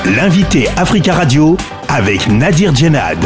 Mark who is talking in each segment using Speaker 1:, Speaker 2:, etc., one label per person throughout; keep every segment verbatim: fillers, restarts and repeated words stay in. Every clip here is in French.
Speaker 1: L'invité Africa Radio avec Nadir Djenad.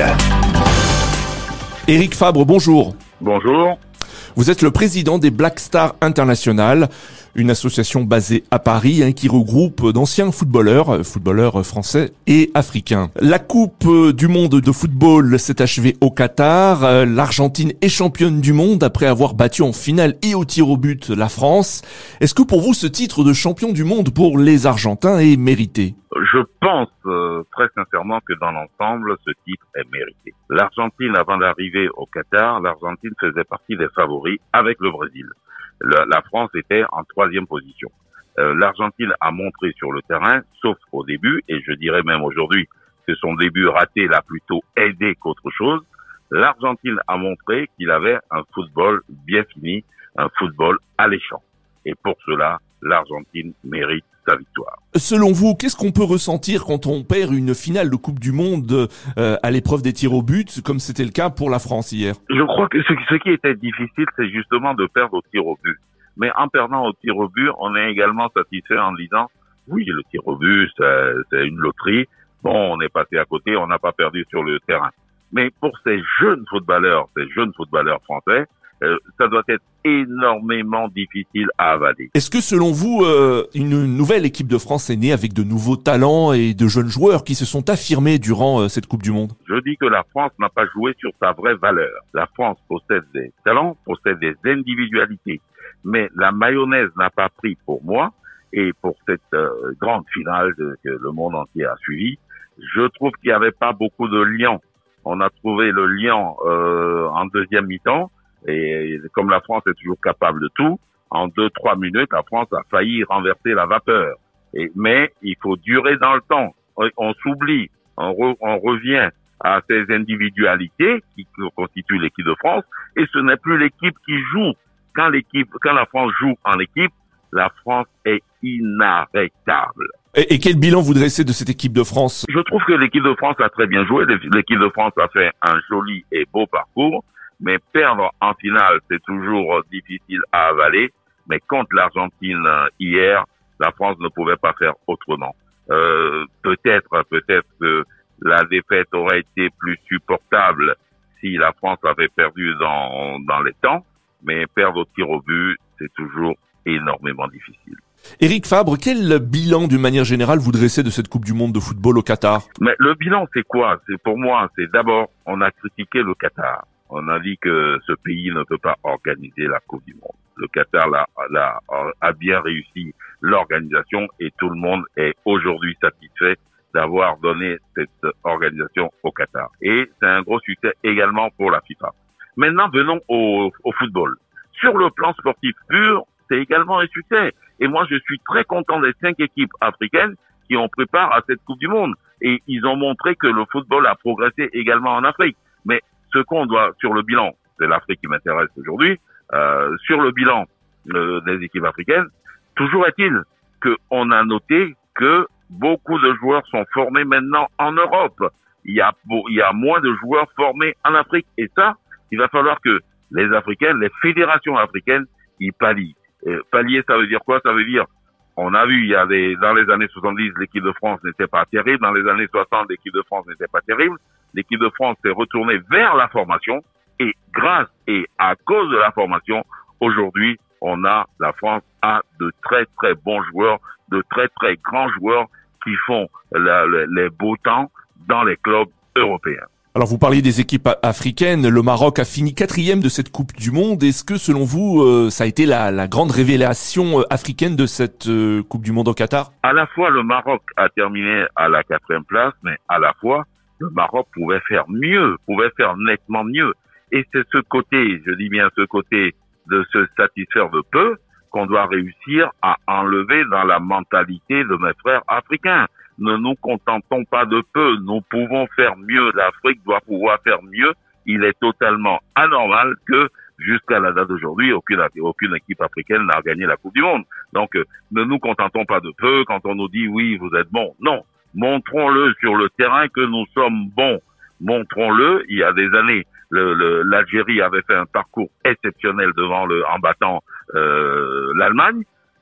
Speaker 2: Éric Fabre, bonjour.
Speaker 3: Bonjour.
Speaker 2: Vous êtes le président des Black Stars International, une association basée à Paris hein, qui regroupe d'anciens footballeurs, footballeurs français et africains. La Coupe du monde de football s'est achevée au Qatar. L'Argentine est championne du monde après avoir battu en finale et au tir au but la France. Est-ce que pour vous, ce titre de champion du monde pour les Argentins est mérité ?
Speaker 3: Je pense euh, très sincèrement que dans l'ensemble, ce titre est mérité. L'Argentine, avant d'arriver au Qatar, l'Argentine faisait partie des favoris avec le Brésil. Le, la France était en troisième position. Euh, L'Argentine a montré sur le terrain, sauf au début, et je dirais même aujourd'hui que son début raté l'a plutôt aidé qu'autre chose. L'Argentine a montré qu'il avait un football bien fini, un football alléchant. Et pour cela, l'Argentine mérite sa victoire.
Speaker 2: Selon vous, qu'est-ce qu'on peut ressentir quand on perd une finale de Coupe du Monde euh, à l'épreuve des tirs au but, comme c'était le cas pour la France hier ?
Speaker 3: Je crois que ce, ce qui était difficile, c'est justement de perdre au tir au but. Mais en perdant au tir au but, on est également satisfait en disant « Oui, le tir au but, c'est, c'est une loterie. Bon, on est passé à côté, on n'a pas perdu sur le terrain. » Mais pour ces jeunes footballeurs, ces jeunes footballeurs français, Euh, ça doit être énormément difficile à avaler.
Speaker 2: Est-ce que selon vous, euh, une nouvelle équipe de France est née avec de nouveaux talents et de jeunes joueurs qui se sont affirmés durant euh, cette Coupe du Monde ?
Speaker 3: Je dis que la France n'a pas joué sur sa vraie valeur. La France possède des talents, possède des individualités, mais la mayonnaise n'a pas pris pour moi et pour cette euh, grande finale de, que le monde entier a suivie. Je trouve qu'il n'y avait pas beaucoup de liant. On a trouvé le liant euh, en deuxième mi-temps. Et comme la France est toujours capable de tout, en deux, trois minutes, la France a failli renverser la vapeur. Et, mais il faut durer dans le temps. On, on s'oublie, on, re, on revient à ces individualités qui constituent l'équipe de France. Et ce n'est plus l'équipe qui joue. Quand l'équipe, quand la France joue en équipe, la France est inarrêtable.
Speaker 2: Et, et quel bilan vous dressez de cette équipe de France ?
Speaker 3: Je trouve que l'équipe de France a très bien joué. L'équipe de France a fait un joli et beau parcours. Mais perdre en finale, c'est toujours difficile à avaler. Mais contre l'Argentine hier, la France ne pouvait pas faire autrement. Euh, peut-être, peut-être que la défaite aurait été plus supportable si la France avait perdu dans, dans les temps. Mais perdre au tir au but, c'est toujours énormément difficile.
Speaker 2: Éric Fabre, quel bilan d'une manière générale vous dressez de cette Coupe du Monde de football au Qatar ?
Speaker 3: Mais le bilan, c'est quoi ? C'est pour moi, c'est d'abord, on a critiqué le Qatar. On a dit que ce pays ne peut pas organiser la Coupe du Monde. Le Qatar l'a, l'a, a bien réussi l'organisation et tout le monde est aujourd'hui satisfait d'avoir donné cette organisation au Qatar. Et c'est un gros succès également pour la FIFA. Maintenant, venons au, au football. Sur le plan sportif pur, c'est également un succès. Et moi, je suis très content des cinq équipes africaines qui ont pris part à cette Coupe du Monde. Et ils ont montré que le football a progressé également en Afrique. Mais ce qu'on doit, sur le bilan, c'est l'Afrique qui m'intéresse aujourd'hui, euh, sur le bilan euh, des équipes africaines, toujours est-il qu'on a noté que beaucoup de joueurs sont formés maintenant en Europe. Il y a, il y a moins de joueurs formés en Afrique. Et ça, il va falloir que les Africaines, les fédérations africaines, y pallient. Et pallier, ça veut dire quoi? Ça veut dire, on a vu, il y a des, dans les années soixante-dix, l'équipe de France n'était pas terrible. Dans les années soixante, l'équipe de France n'était pas terrible. L'équipe de France s'est retournée vers la formation. Et grâce et à cause de la formation, aujourd'hui, on a, la France a de très très bons joueurs, de très très grands joueurs qui font la, la, les beaux temps dans les clubs européens.
Speaker 2: Alors vous parliez des équipes africaines, le Maroc a fini quatrième de cette Coupe du Monde. Est-ce que selon vous, euh, ça a été la, la grande révélation africaine de cette euh, Coupe du Monde au Qatar ?
Speaker 3: À la fois le Maroc a terminé à la quatrième place, mais à la fois le Maroc pouvait faire mieux, pouvait faire nettement mieux. Et c'est ce côté, je dis bien ce côté de se satisfaire de peu qu'on doit réussir à enlever dans la mentalité de mes frères africains. Ne nous contentons pas de peu, nous pouvons faire mieux, l'Afrique doit pouvoir faire mieux. Il est totalement anormal que jusqu'à la date d'aujourd'hui, aucune, aucune équipe africaine n'a gagné la Coupe du Monde. Donc, euh, ne nous contentons pas de peu quand on nous dit oui, vous êtes bons. Non, montrons-le sur le terrain que nous sommes bons. Montrons-le. Il y a des années, le, le, l'Algérie avait fait un parcours exceptionnel devant le, en battant euh, l'Allemagne.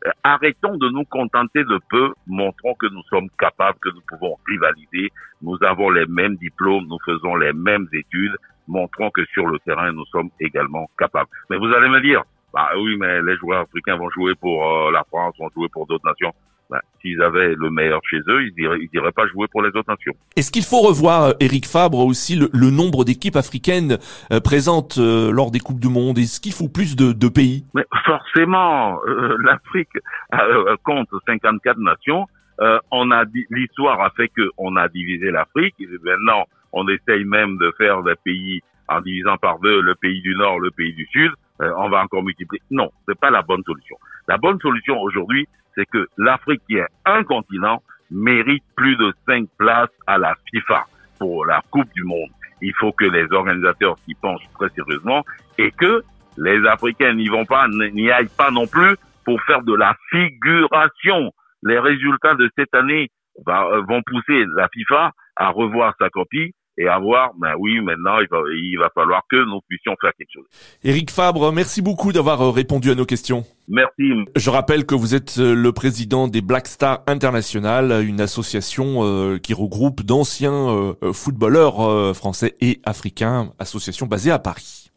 Speaker 3: Arrêtons de nous contenter de peu, montrons que nous sommes capables, que nous pouvons rivaliser, nous avons les mêmes diplômes, nous faisons les mêmes études, montrons que sur le terrain, nous sommes également capables. Mais vous allez me dire, bah oui, mais les joueurs africains vont jouer pour euh, la France, vont jouer pour d'autres nations. Ben, s'ils avaient le meilleur chez eux, ils iraient, ils iraient pas jouer pour les autres nations.
Speaker 2: Est-ce qu'il faut revoir, Éric Fabre, aussi le, le nombre d'équipes africaines euh, présentes euh, lors des Coupes du Monde? Est-ce qu'il faut plus de, de pays?
Speaker 3: Mais forcément, euh, l'Afrique euh, compte cinquante-quatre nations. Euh, on a l'histoire a fait que on a divisé l'Afrique. Et maintenant, on essaye même de faire des pays en divisant par deux le pays du Nord, le pays du Sud. Euh, on va encore multiplier. Non, c'est pas la bonne solution. La bonne solution aujourd'hui, c'est que l'Afrique, qui est un continent, mérite plus de cinq places à la FIFA pour la Coupe du Monde. Il faut que les organisateurs s'y penchent très sérieusement et que les Africains n'y vont pas, n'y aillent pas non plus pour faire de la figuration. Les résultats de cette année vont pousser la FIFA à revoir sa copie et à voir, ben oui, maintenant, il va, il va falloir que nous puissions faire quelque chose.
Speaker 2: Éric Fabre, merci beaucoup d'avoir répondu à nos questions.
Speaker 3: Merci.
Speaker 2: Je rappelle que vous êtes le président des Black Stars International, une association euh, qui regroupe d'anciens euh, footballeurs euh, français et africains, association basée à Paris.